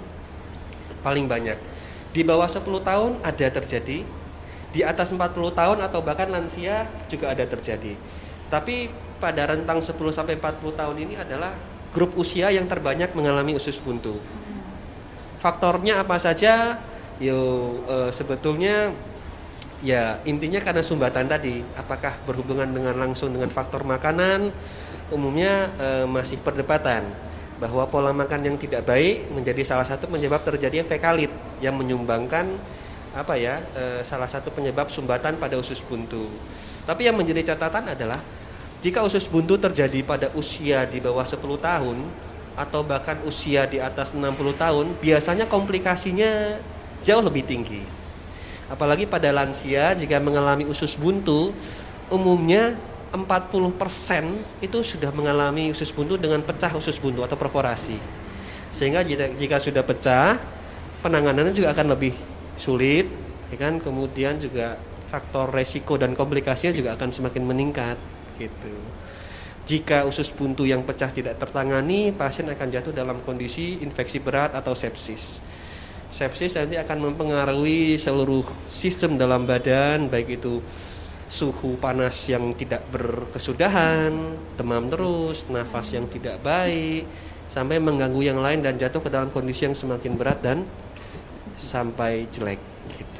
Di bawah 10 tahun ada terjadi, di atas 40 tahun atau bahkan lansia juga ada terjadi. Tapi pada rentang 10 sampai 40 tahun ini adalah grup usia yang terbanyak mengalami usus buntu. Faktornya apa saja? Sebetulnya ya intinya karena sumbatan tadi. Apakah berhubungan langsung dengan faktor makanan? Umumnya masih perdebatan bahwa pola makan yang tidak baik menjadi salah satu penyebab terjadinya fekalit yang menyumbangkan salah satu penyebab sumbatan pada usus buntu. Tapi yang menjadi catatan adalah jika usus buntu terjadi pada usia di bawah 10 tahun atau bahkan usia di atas 60 tahun, biasanya komplikasinya jauh lebih tinggi. Apalagi pada lansia jika mengalami usus buntu, umumnya 40% itu sudah mengalami usus buntu dengan pecah usus buntu atau perforasi. Sehingga jika sudah pecah, penanganannya juga akan lebih sulit, ya kan? Kemudian juga faktor resiko dan komplikasinya juga akan semakin meningkat gitu. Jika usus buntu yang pecah tidak tertangani, pasien akan jatuh dalam kondisi infeksi berat atau sepsis. Sepsis nanti akan mempengaruhi seluruh sistem dalam badan, baik itu suhu panas yang tidak berkesudahan, demam terus, nafas yang tidak baik, sampai mengganggu yang lain dan jatuh ke dalam kondisi yang semakin berat dan sampai jelek gitu.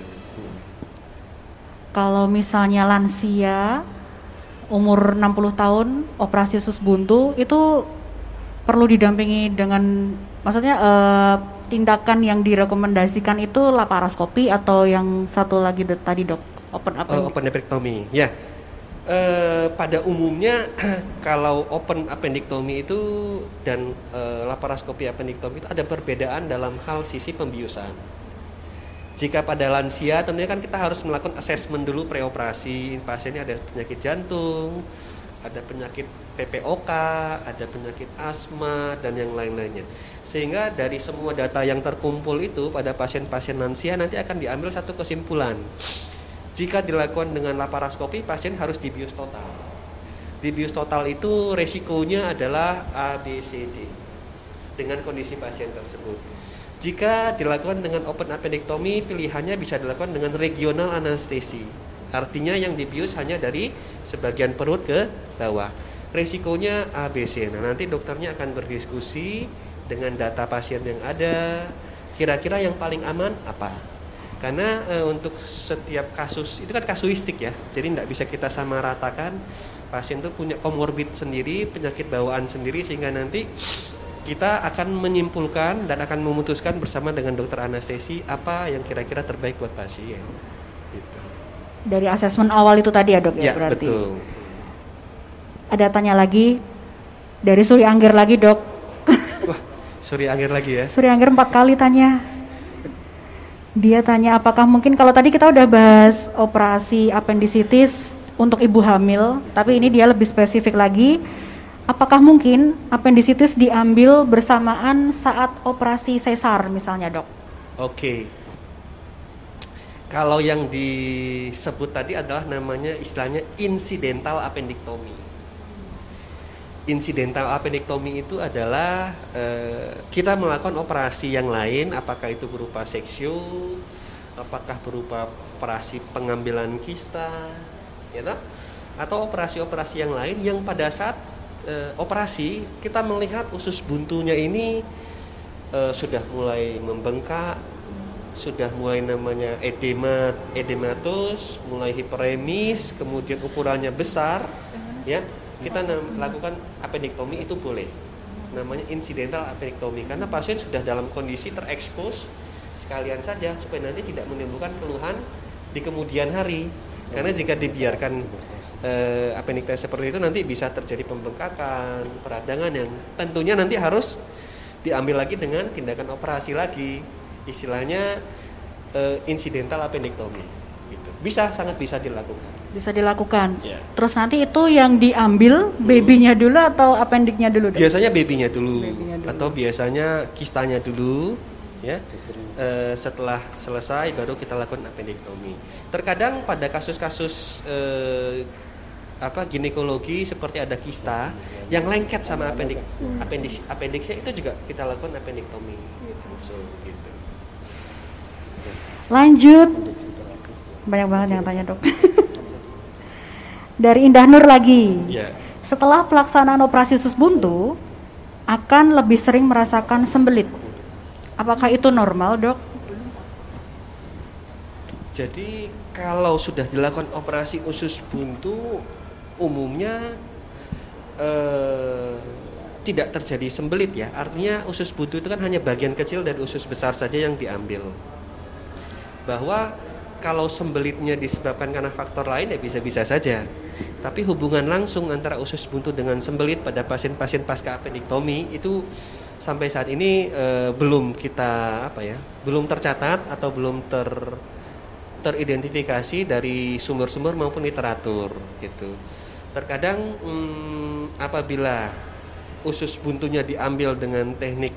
Kalau misalnya lansia umur 60 tahun operasi usus buntu itu perlu didampingi dengan maksudnya tindakan yang direkomendasikan itu laparoskopi atau yang satu lagi tadi dok open appendectomy ya. Pada umumnya kalau open appendectomy itu dan laparoskopi appendectomy itu ada perbedaan dalam hal sisi pembiusan. Jika pada lansia tentunya kan kita harus melakukan assessment dulu preoperasi, pasiennya ada penyakit jantung, ada penyakit PPOK, ada penyakit asma dan yang lain-lainnya. Sehingga dari semua data yang terkumpul itu pada pasien-pasien lansia nanti akan diambil satu kesimpulan. Jika dilakukan dengan laparoskopi, pasien harus dibius total. Dibius total itu resikonya adalah A, B, C, D dengan kondisi pasien tersebut. Jika dilakukan dengan open appendectomy, pilihannya bisa dilakukan dengan regional anestesi. Artinya yang dibius hanya dari sebagian perut ke bawah. Resikonya A, B, C. Nah, nanti dokternya akan berdiskusi dengan data pasien yang ada, kira-kira yang paling aman apa. Karena untuk setiap kasus, itu kan kasuistik ya, jadi tidak bisa kita samaratakan. Pasien itu punya komorbid sendiri, penyakit bawaan sendiri, sehingga nanti kita akan menyimpulkan dan akan memutuskan bersama dengan dokter anestesi apa yang kira-kira terbaik buat pasien. Gitu. Dari asesmen awal itu tadi ya dok ya berarti. Betul. Ada tanya lagi, Dari Suri Angger lagi, Dok. Wah, Suri Angger lagi ya. Suri Angger 4 kali tanya. Dia tanya apakah mungkin, kalau tadi kita udah bahas operasi apendisitis untuk ibu hamil, tapi ini dia lebih spesifik lagi. Apakah mungkin apendisitis diambil bersamaan saat operasi sesar misalnya, Dok? Oke. Kalau yang disebut tadi adalah namanya istilahnya incidental appendectomy. Incidental appendectomy itu adalah kita melakukan operasi yang lain, apakah itu berupa seksio, apakah berupa operasi pengambilan kista, ya toh? Atau operasi-operasi yang lain yang pada saat operasi kita melihat usus buntunya ini sudah mulai membengkak, sudah mulai namanya edematus, mulai hiperemis, kemudian ukurannya besar, ya. Kita lakukan appendektomi itu boleh, namanya incidental appendektomi, karena pasien sudah dalam kondisi terekspos sekalian saja supaya nanti tidak menimbulkan keluhan di kemudian hari, karena jika dibiarkan appendektomi seperti itu nanti bisa terjadi pembengkakan, peradangan yang tentunya nanti harus diambil lagi dengan tindakan operasi lagi, istilahnya incidental appendektomi gitu. Sangat bisa dilakukan. Bisa dilakukan. Ya. Terus nanti itu yang diambil babynya dulu atau appendiknya dulu, Dok? Biasanya babynya dulu, atau biasanya kistanya dulu, ya. Setelah selesai baru kita lakukan appendektomi. Terkadang pada kasus-kasus ginekologi seperti ada kista yang lengket sama appendixnya itu juga kita lakukan appendektomi langsung gitu. Lanjut. Banyak banget yang tanya, Dok. Dari Indah Nur lagi. Ya. Setelah pelaksanaan operasi usus buntu akan lebih sering merasakan sembelit. Apakah itu normal, Dok? Jadi kalau sudah dilakukan operasi usus buntu umumnya tidak terjadi sembelit ya. Artinya usus buntu itu kan hanya bagian kecil dari usus besar saja yang diambil. Bahwa kalau sembelitnya disebabkan karena faktor lain ya bisa-bisa saja. Tapi hubungan langsung antara usus buntu dengan sembelit pada pasien-pasien pasca appendektomi itu sampai saat ini belum tercatat atau belum teridentifikasi dari sumber-sumber maupun literatur gitu. Terkadang apabila usus buntunya diambil dengan teknik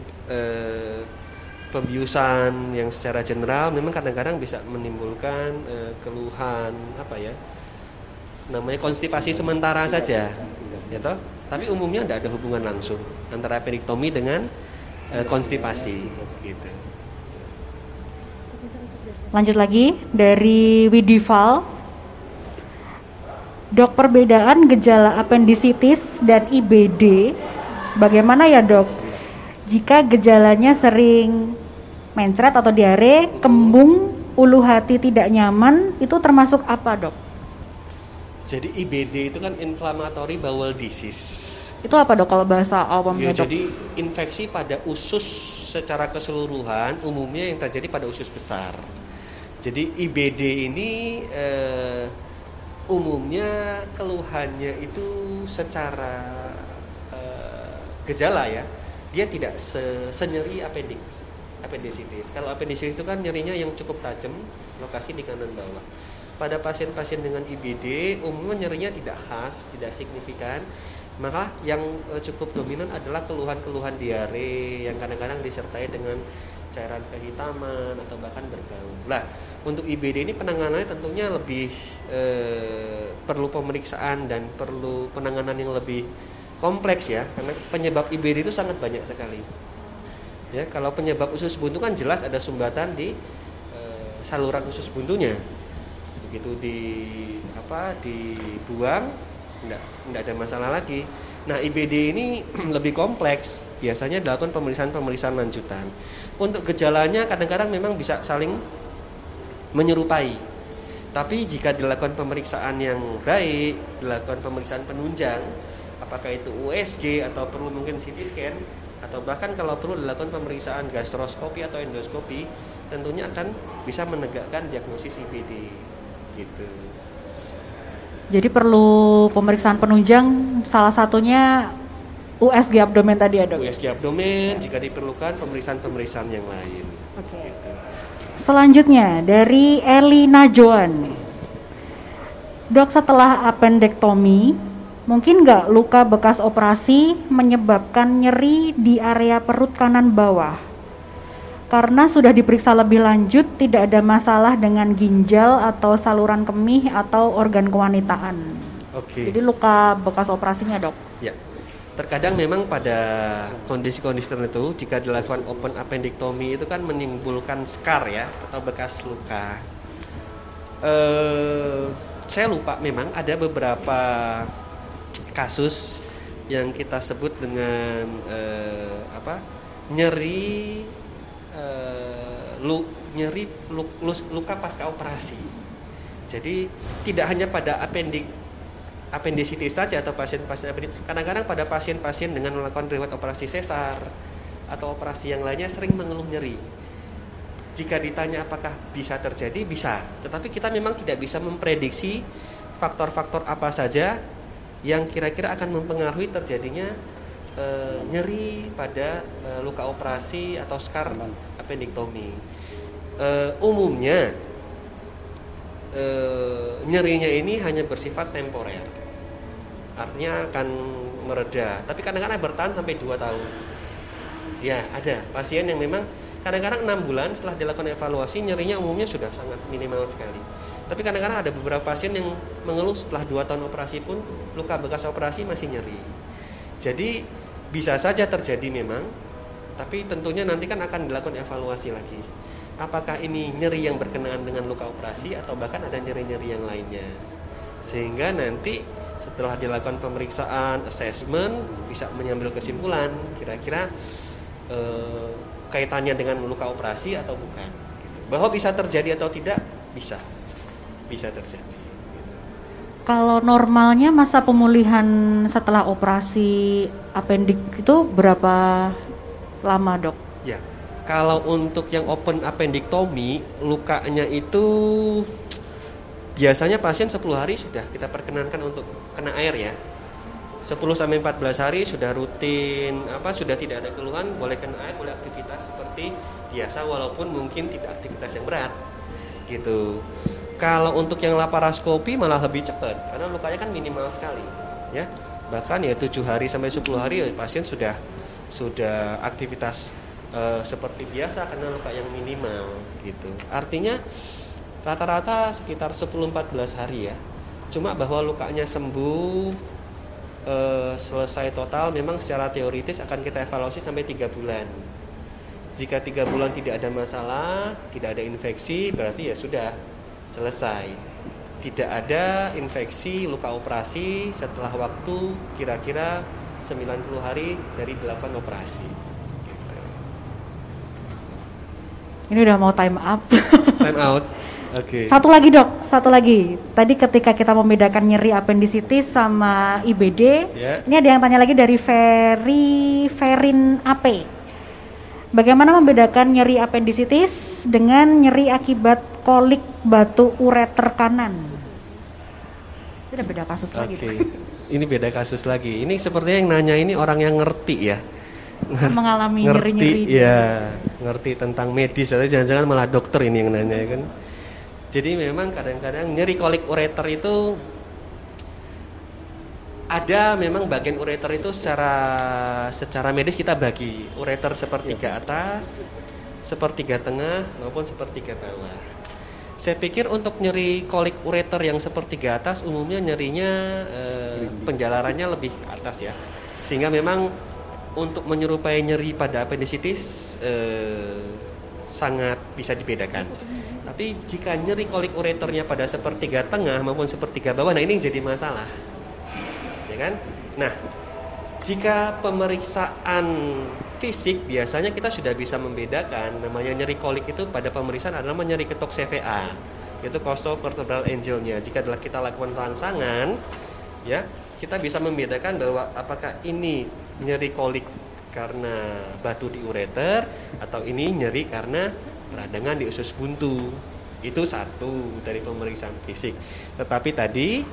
pembiusan yang secara general memang kadang-kadang bisa menimbulkan keluhan namanya konstipasi sementara saja, ya toh. Tapi umumnya tidak ada hubungan langsung antara appendektomi dengan konstipasi, gitu. Lanjut lagi dari Widival. Dok, perbedaan gejala apendisitis dan IBD bagaimana ya, Dok? Jika gejalanya sering mencret atau diare, kembung, ulu hati tidak nyaman, itu termasuk apa, Dok? Jadi IBD itu kan inflammatory bowel disease. Itu apa, Dok, kalau bahasa awamnya, Dok? Jadi infeksi pada usus secara keseluruhan umumnya yang terjadi pada usus besar. Jadi IBD ini umumnya keluhannya itu secara gejala ya, dia tidak senyeri appendicitis. Kalau appendicitis itu kan nyerinya yang cukup tajam, lokasi di kanan bawah. Pada pasien-pasien dengan IBD umumnya nyerinya tidak khas, tidak signifikan. Maka yang cukup dominan adalah keluhan-keluhan diare yang kadang-kadang disertai dengan cairan kehitaman atau bahkan berbau. Nah, untuk IBD ini penanganannya tentunya lebih perlu pemeriksaan dan perlu penanganan yang lebih kompleks ya, karena penyebab IBD itu sangat banyak sekali. Ya, kalau penyebab usus buntu kan jelas ada sumbatan di saluran usus buntunya. Begitu dibuang, enggak ada masalah lagi. Nah, IBD ini lebih kompleks, biasanya dilakukan pemeriksaan lanjutan. Untuk gejalanya kadang-kadang memang bisa saling menyerupai. Tapi jika dilakukan pemeriksaan yang baik, dilakukan pemeriksaan penunjang, apakah itu USG atau perlu mungkin CT scan, atau bahkan kalau perlu dilakukan pemeriksaan gastroskopi atau endoskopi, tentunya akan bisa menegakkan diagnosis IBD gitu. Jadi perlu pemeriksaan penunjang, salah satunya USG abdomen tadi ya dok? USG abdomen, jika diperlukan pemeriksaan-pemeriksaan yang lain. Oke. Gitu. Selanjutnya dari Elina Joan. Dok, setelah appendektomi, mungkin nggak luka bekas operasi menyebabkan nyeri di area perut kanan bawah? Karena sudah diperiksa lebih lanjut, tidak ada masalah dengan ginjal atau saluran kemih atau organ kewanitaan. Oke. Jadi luka bekas operasinya dok? Ya. Terkadang memang pada kondisi-kondisi tertentu jika dilakukan open appendectomy itu kan menimbulkan scar ya atau bekas luka. Saya lupa memang ada beberapa kasus yang kita sebut dengan nyeri luka pasca operasi. Jadi tidak hanya pada appendicitis saja atau pasien-pasien appendicitis. Kadang-kadang pada pasien-pasien dengan melakukan riwayat operasi sesar atau operasi yang lainnya sering mengeluh nyeri. Jika ditanya apakah bisa terjadi, bisa. Tetapi kita memang tidak bisa memprediksi faktor-faktor apa saja yang kira-kira akan mempengaruhi terjadinya nyeri pada luka operasi atau scar appendectomy. Umumnya nyerinya ini hanya bersifat temporer, artinya akan mereda, tapi kadang-kadang bertahan sampai 2 tahun. Ya, ada pasien yang memang kadang-kadang 6 bulan setelah dilakukan evaluasi nyerinya umumnya sudah sangat minimal sekali. Tapi kadang-kadang ada beberapa pasien yang mengeluh setelah 2 tahun operasi pun luka bekas operasi masih nyeri. Jadi bisa saja terjadi memang, tapi tentunya nanti kan akan dilakukan evaluasi lagi. Apakah ini nyeri yang berkenaan dengan luka operasi atau bahkan ada nyeri-nyeri yang lainnya. Sehingga nanti setelah dilakukan pemeriksaan, assessment, bisa mengambil kesimpulan kira-kira kaitannya dengan luka operasi atau bukan. Gitu. Bahwa bisa terjadi atau tidak, bisa terjadi. Kalau normalnya masa pemulihan setelah operasi appendix itu berapa lama dok? Ya. Kalau untuk yang open appendectomy, lukanya itu biasanya pasien 10 hari sudah kita perkenankan untuk kena air ya. 10 sampai 14 hari sudah rutin, sudah tidak ada keluhan, boleh kena air, boleh aktivitas seperti biasa walaupun mungkin tidak aktivitas yang berat. Gitu. Kalau untuk yang laparoskopi malah lebih cepat karena lukanya kan minimal sekali, ya. Bahkan ya 7 hari sampai 10 hari pasien sudah aktivitas seperti biasa karena luka yang minimal gitu. Artinya rata-rata sekitar 10-14 hari ya. Cuma bahwa lukanya sembuh selesai total memang secara teoritis akan kita evaluasi sampai 3 bulan. Jika 3 bulan tidak ada masalah, tidak ada infeksi, berarti ya sudah selesai. Tidak ada infeksi, luka operasi setelah waktu kira-kira 90 hari dari dilakukan operasi. Ini udah mau time up. Time out. Oke. Satu lagi. Tadi ketika kita membedakan nyeri appendicitis sama IBD, ini ada yang tanya lagi dari Ferin AP. Bagaimana membedakan nyeri appendicitis dengan nyeri akibat kolik batu ureter kanan? Itu udah beda kasus lagi. Ini beda kasus lagi. Ini sepertinya yang nanya ini orang yang ngerti ya. Mengalami nyeri-nyeri. Ya, ngerti tentang medis atau jangan-jangan malah dokter ini yang nanya kan. Jadi memang kadang-kadang nyeri kolik ureter itu ada memang bagian ureter itu secara medis kita bagi ureter sepertiga atas, sepertiga tengah maupun sepertiga bawah. Saya pikir untuk nyeri kolik ureter yang sepertiga atas umumnya nyerinya penjalarannya lebih atas ya. Sehingga memang untuk menyerupai nyeri pada appendicitis sangat bisa dibedakan. Tapi jika nyeri kolik ureternya pada sepertiga tengah maupun sepertiga bawah, nah ini yang jadi masalah. Ya kan? Nah, jika pemeriksaan fisik biasanya kita sudah bisa membedakan namanya nyeri kolik itu pada pemeriksaan adalah nyeri ketok CVA, yaitu costovertebral angle-nya. Jika kita lakukan rangsangan, ya, kita bisa membedakan bahwa apakah ini nyeri kolik karena batu di ureter atau ini nyeri karena peradangan di usus buntu. Itu satu dari pemeriksaan fisik. Tetapi tadi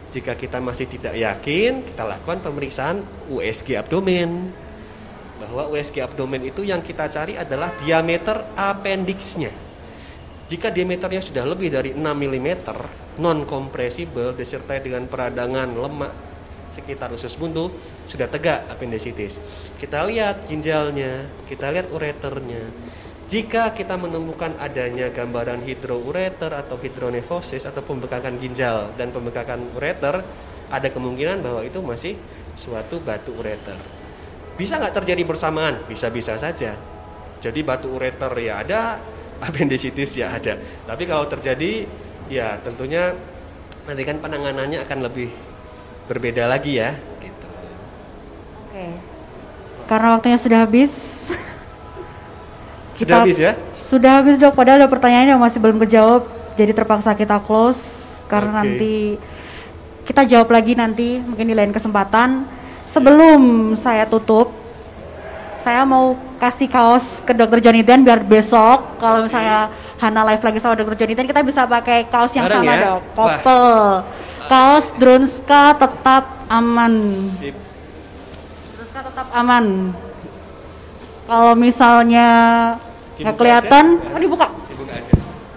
Jika kita masih tidak yakin, kita lakukan pemeriksaan USG abdomen. Bahwa USG abdomen itu yang kita cari adalah diameter appendixnya. Jika diameternya sudah lebih dari 6 mm, non kompresibel disertai dengan peradangan lemak sekitar usus buntu, sudah tegak appendicitis. Kita lihat ginjalnya, kita lihat ureternya. Jika kita menemukan adanya gambaran hidroureter atau hidronefosis atau pembekakan ginjal dan pembekakan ureter, ada kemungkinan bahwa itu masih suatu batu ureter. Bisa nggak terjadi bersamaan? Bisa-bisa saja. Jadi batu ureter ya ada, appendicitis ya ada. Tapi kalau terjadi, ya tentunya nanti kan penanganannya akan lebih berbeda lagi ya. Gitu. Oke. Karena waktunya sudah habis. Sudah habis ya? Sudah habis dok, padahal ada pertanyaan yang masih belum kejawab. Jadi terpaksa kita close. Karena nanti kita jawab lagi nanti mungkin di lain kesempatan. Sebelum saya tutup, saya mau kasih kaos ke Dr. Jonathan biar besok kalau misalnya Hana live lagi sama Dr. Jonathan kita bisa pakai kaos yang bareng sama ya? dok. Couple. Kaos Drunska tetap aman. Sip. Drunska tetap aman. Kalau misalnya nggak Dibuka kelihatan, aja. oh dibuka. Dibuka aja.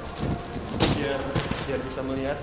Biar bisa melihat.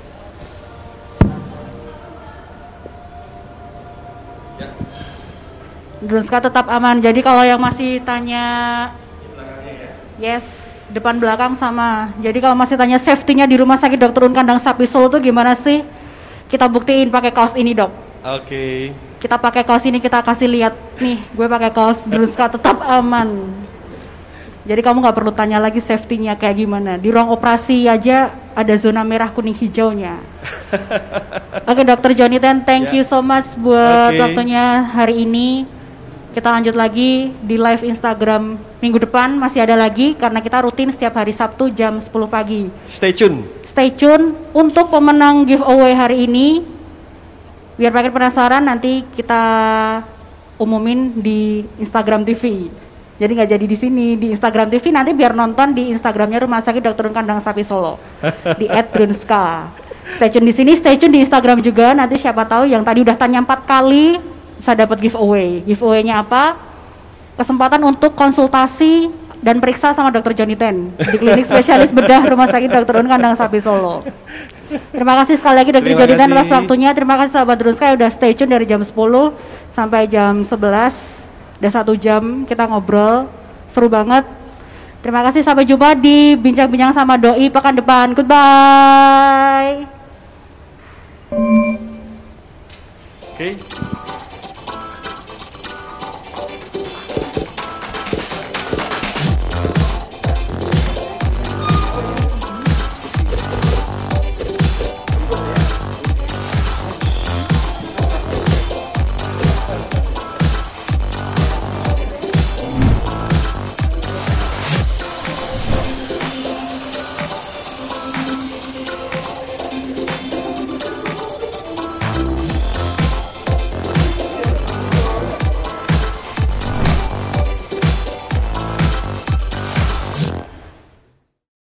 Ya. Drunska tetap aman. Jadi kalau yang masih tanya, Di belakangnya ya. yes, depan belakang sama. Jadi kalau masih tanya safety-nya di Rumah Sakit Dr. Un Kandang Sapi Solo tuh gimana sih? Kita buktiin pakai kaos ini dok. Oke. Kita pakai kaos ini, kita kasih lihat nih, gue pakai kaos Drunska tetap aman. Jadi kamu nggak perlu tanya lagi safety-nya kayak gimana. Di ruang operasi aja ada zona merah kuning hijaunya. Oke Dr. Jonathan, thank you so much buat waktunya hari ini. Kita lanjut lagi di live Instagram minggu depan, masih ada lagi karena kita rutin setiap hari Sabtu jam 10 pagi. Stay tune. Stay tune untuk pemenang giveaway hari ini. Biar makin penasaran nanti kita umumin di Instagram TV. Jadi nggak jadi di sini di Instagram TV, nanti biar nonton di Instagramnya Rumah Sakit Dr. Un Kandang Sapi Solo di @drunska. Stay tune di sini, stay tune di Instagram juga. Nanti siapa tahu yang tadi udah tanya 4 kali bisa dapat giveaway. Giveaway-nya apa? Kesempatan untuk konsultasi dan periksa sama Dr. Jonathan di klinik spesialis bedah Rumah Sakit Dr. Un Kandang Sapi Solo. Terima kasih sekali lagi Dr. Jonathan atas waktunya. Terima kasih sahabat Drunska yang udah stay tune dari jam 10 sampai jam 11. Udah 1 jam kita ngobrol, seru banget. Terima kasih, sampai jumpa di Bincang-Bincang sama Doi pekan depan. Goodbye. Oke.